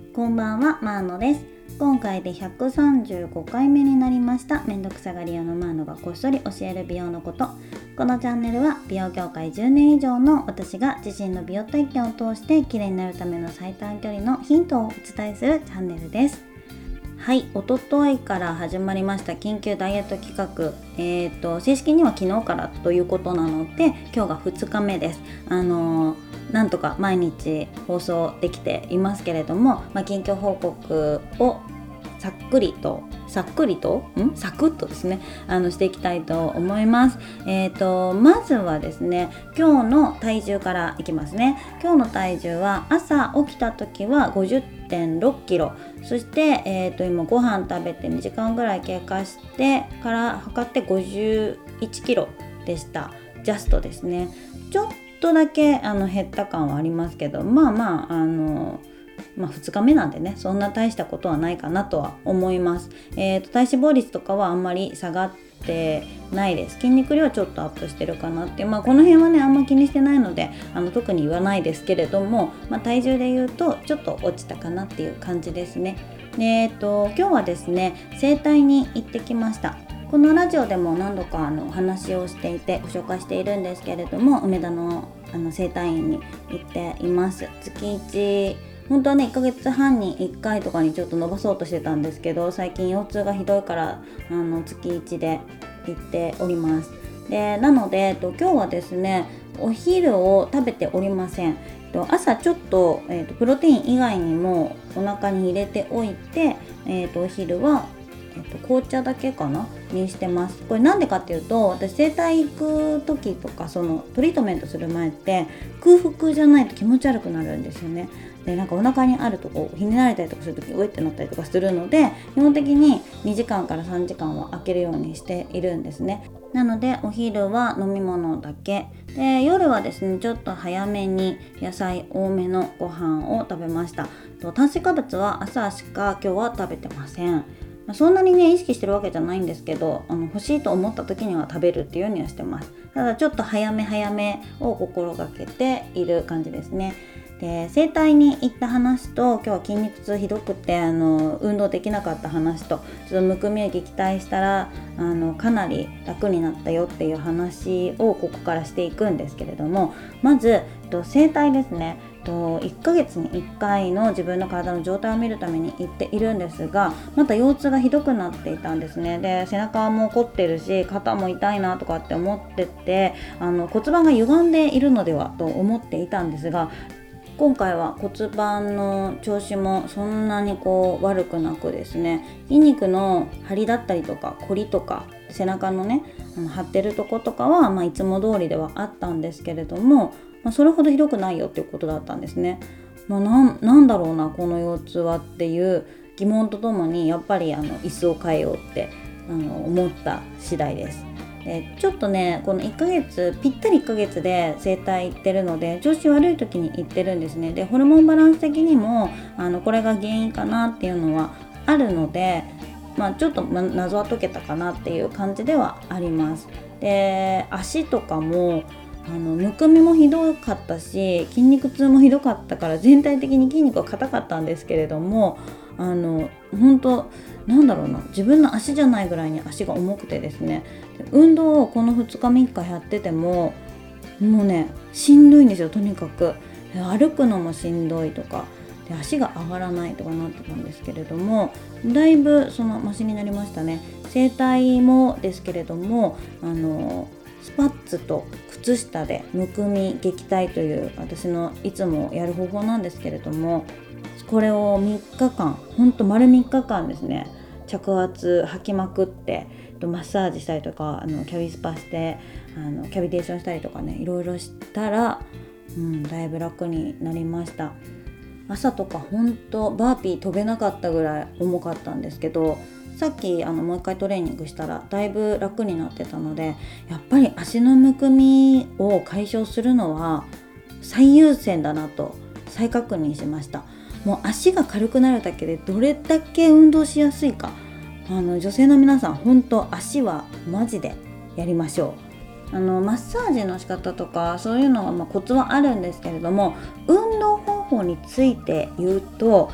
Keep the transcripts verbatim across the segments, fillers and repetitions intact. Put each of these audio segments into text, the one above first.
こんばんは、マーノです。今回でひゃくさんじゅうごかいめになりました。めんどくさがり屋のマーノがこっそり教える美容のこと。このチャンネルは美容業界じゅうねん以上の私が自身の美容体験を通して綺麗になるための最短距離のヒントをお伝えするチャンネルです。はい、おとといから始まりました緊急ダイエット企画、えーと、正式には昨日からということなので、今日がふつかめです。あのーなんとか毎日放送できていますけれども、まあ、近況報告をさっくりとさっくりとんサクッとですねあのしていきたいと思います。えーとまずはですね、今日の体重からいきますね。今日の体重は朝起きた時は ごじゅってんろっキロ、そして、えーと今ご飯食べてにじかんぐらい経過してから測ってごじゅういちキロでした。ジャストですね。ちょっとだけあの減った感はありますけど、まあまああのまあ、ふつかめなんでね、そんな大したことはないかなとは思います。えーと、体脂肪率とかはあんまり下がってないです。筋肉量はちょっとアップしてるかなっていう、まあ、この辺はねあんま気にしてないのであの特に言わないですけれども、まあ、体重で言うとちょっと落ちたかなっていう感じですね。で、えーと、今日はですね整体に行ってきました。このラジオでも何度かあのお話をしていてご紹介しているんですけれども、梅田のあの整体院に行っています。月いち、本当はねいっかげつはんにいっかいとかにちょっと伸ばそうとしてたんですけど、最近腰痛がひどいからあの月いちで行っております。でなので、えっと、今日はですねお昼を食べておりません。朝ちょっと、えっと、プロテイン以外にもお腹に入れておいて、えっと、お昼はえっと、紅茶だけかなにしてます。これなんでかっていうと、私整体行く時とかそのトリートメントする前って空腹じゃないと気持ち悪くなるんですよね。でなんかお腹にあるとこひねられたりとかする時うえってなったりとかするので、基本的ににじかんからさんじかんは空けるようにしているんですね。なのでお昼は飲み物だけで、夜はですねちょっと早めに野菜多めのご飯を食べました。炭水化物は朝しか今日は食べてません。そんなにね意識してるわけじゃないんですけど、あの欲しいと思った時には食べるっていうようにはしてます。ただちょっと早め早めを心がけている感じですね。で整体に行った話と、今日は筋肉痛ひどくてあの運動できなかった話と、ちょっとむくみを撃退したらあのかなり楽になったよっていう話をここからしていくんですけれども、まず整体ですね。いっかげつにいっかいの自分の体の状態を見るために行っているんですが、また腰痛がひどくなっていたんですね。で背中も凝ってるし肩も痛いなとかって思ってて、あの骨盤が歪んでいるのではと思っていたんですが、今回は骨盤の調子もそんなにこう悪くなくですね、筋肉の張りだったりとか凝りとか背中のねあの張ってるとことかは、まあ、いつも通りではあったんですけれども、まあ、それほどひどくないよっていうことだったんですね。まあ、な, んなんだろうなこの腰痛はっていう疑問とともに、やっぱりあの椅子を変えようってあの思った次第です。でちょっとねこのいっかげつぴったりいっかげつで整体行ってるので、調子悪い時に行ってるんですね。でホルモンバランス的にもあのこれが原因かなっていうのはあるので、まあ、ちょっと謎は解けたかなっていう感じではあります。で足とかもあのむくみもひどかったし筋肉痛もひどかったから、全体的に筋肉は硬かったんですけれども、あの本当なんだろうな、自分の足じゃないぐらいに足が重くてですね、運動をこのふつかみっかやっててももうねしんどいんですよ。とにかく歩くのもしんどいとかで足が上がらないとかなってたんですけれども、だいぶそのマシになりましたね。整体もですけれども、あのスパッツと靴下でむくみ撃退という私のいつもやる方法なんですけれども、これをみっかかん、ほんと丸みっかかんですね、着圧吐きまくってマッサージしたりとか、あのキャビスパしてあのキャビテーションしたりとかね、いろいろしたら、うん、だいぶ楽になりました。朝とかほんとバーピー飛べなかったぐらい重かったんですけど、さっきあのもう一回トレーニングしたらだいぶ楽になってたので、やっぱり足のむくみを解消するのは最優先だなと再確認しました。もう足が軽くなるだけでどれだけ運動しやすいか、あの女性の皆さん本当足はマジでやりましょう。あのマッサージの仕方とかそういうのはまあコツはあるんですけれども、運動方法について言うと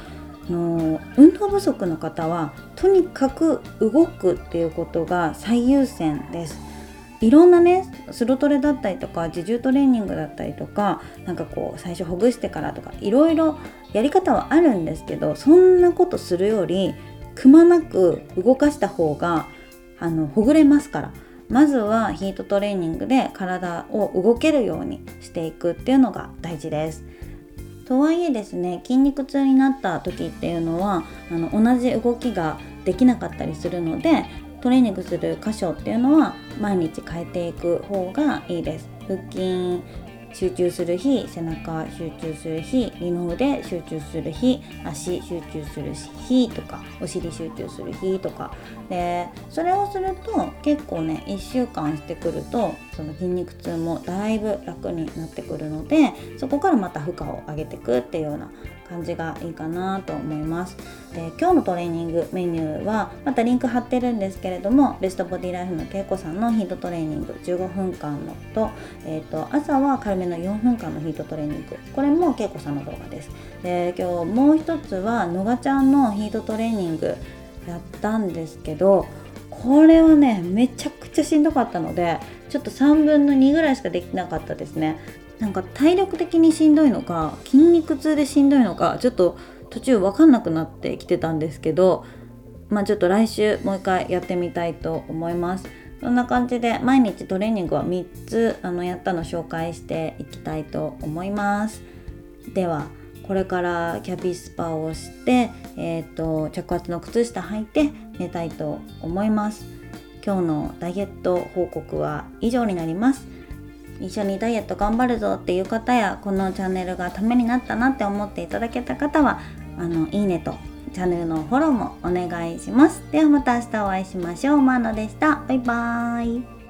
あの運動不足の方はとにかく動くっていうことが最優先です。いろんなねスロトレだったりとか自重トレーニングだったりとか、なんかこう最初ほぐしてからとかいろいろやり方はあるんですけど、そんなことするよりくまなく動かした方があのほぐれますから、まずはヒートトレーニングで体を動けるようにしていくっていうのが大事です。とはいえですね、筋肉痛になった時っていうのはあの同じ動きができなかったりするので、トレーニングする箇所っていうのは毎日変えていく方がいいです。腹筋集中する日、背中集中する日、二の腕集中する日、足集中する日とか、お尻集中する日とかで、それをすると結構ねいっしゅうかんしてくるとその筋肉痛もだいぶ楽になってくるので、そこからまた負荷を上げていくっていうような感じがいいかなと思います。で、今日のトレーニングメニューはまたリンク貼ってるんですけれども、ベストボディライフのけいこさんのヒートトレーニングじゅうごふんかんのと、えー、と朝は軽めのよんぷんかんのヒートトレーニング、これもけいこさんの動画です。で、今日もう一つはのがちゃんのヒートトレーニングやったんですけど、これはねめちゃくちゃしんどかったので、ちょっとさんぶんのにぐらいしかできなかったですね。なんか体力的にしんどいのか筋肉痛でしんどいのかちょっと途中分かんなくなってきてたんですけど、まあちょっと来週もう一回やってみたいと思います。そんな感じで毎日トレーニングはみっつあのやったの紹介していきたいと思います。ではこれからキャビスパをして、えーと、着圧の靴下履いて寝たいと思います。今日のダイエット報告は以上になります。一緒にダイエット頑張るぞっていう方や、このチャンネルがためになったなって思っていただけた方は、あのいいねとチャンネルのフォローもお願いします。ではまた明日お会いしましょう。マーノでした。バイバーイ。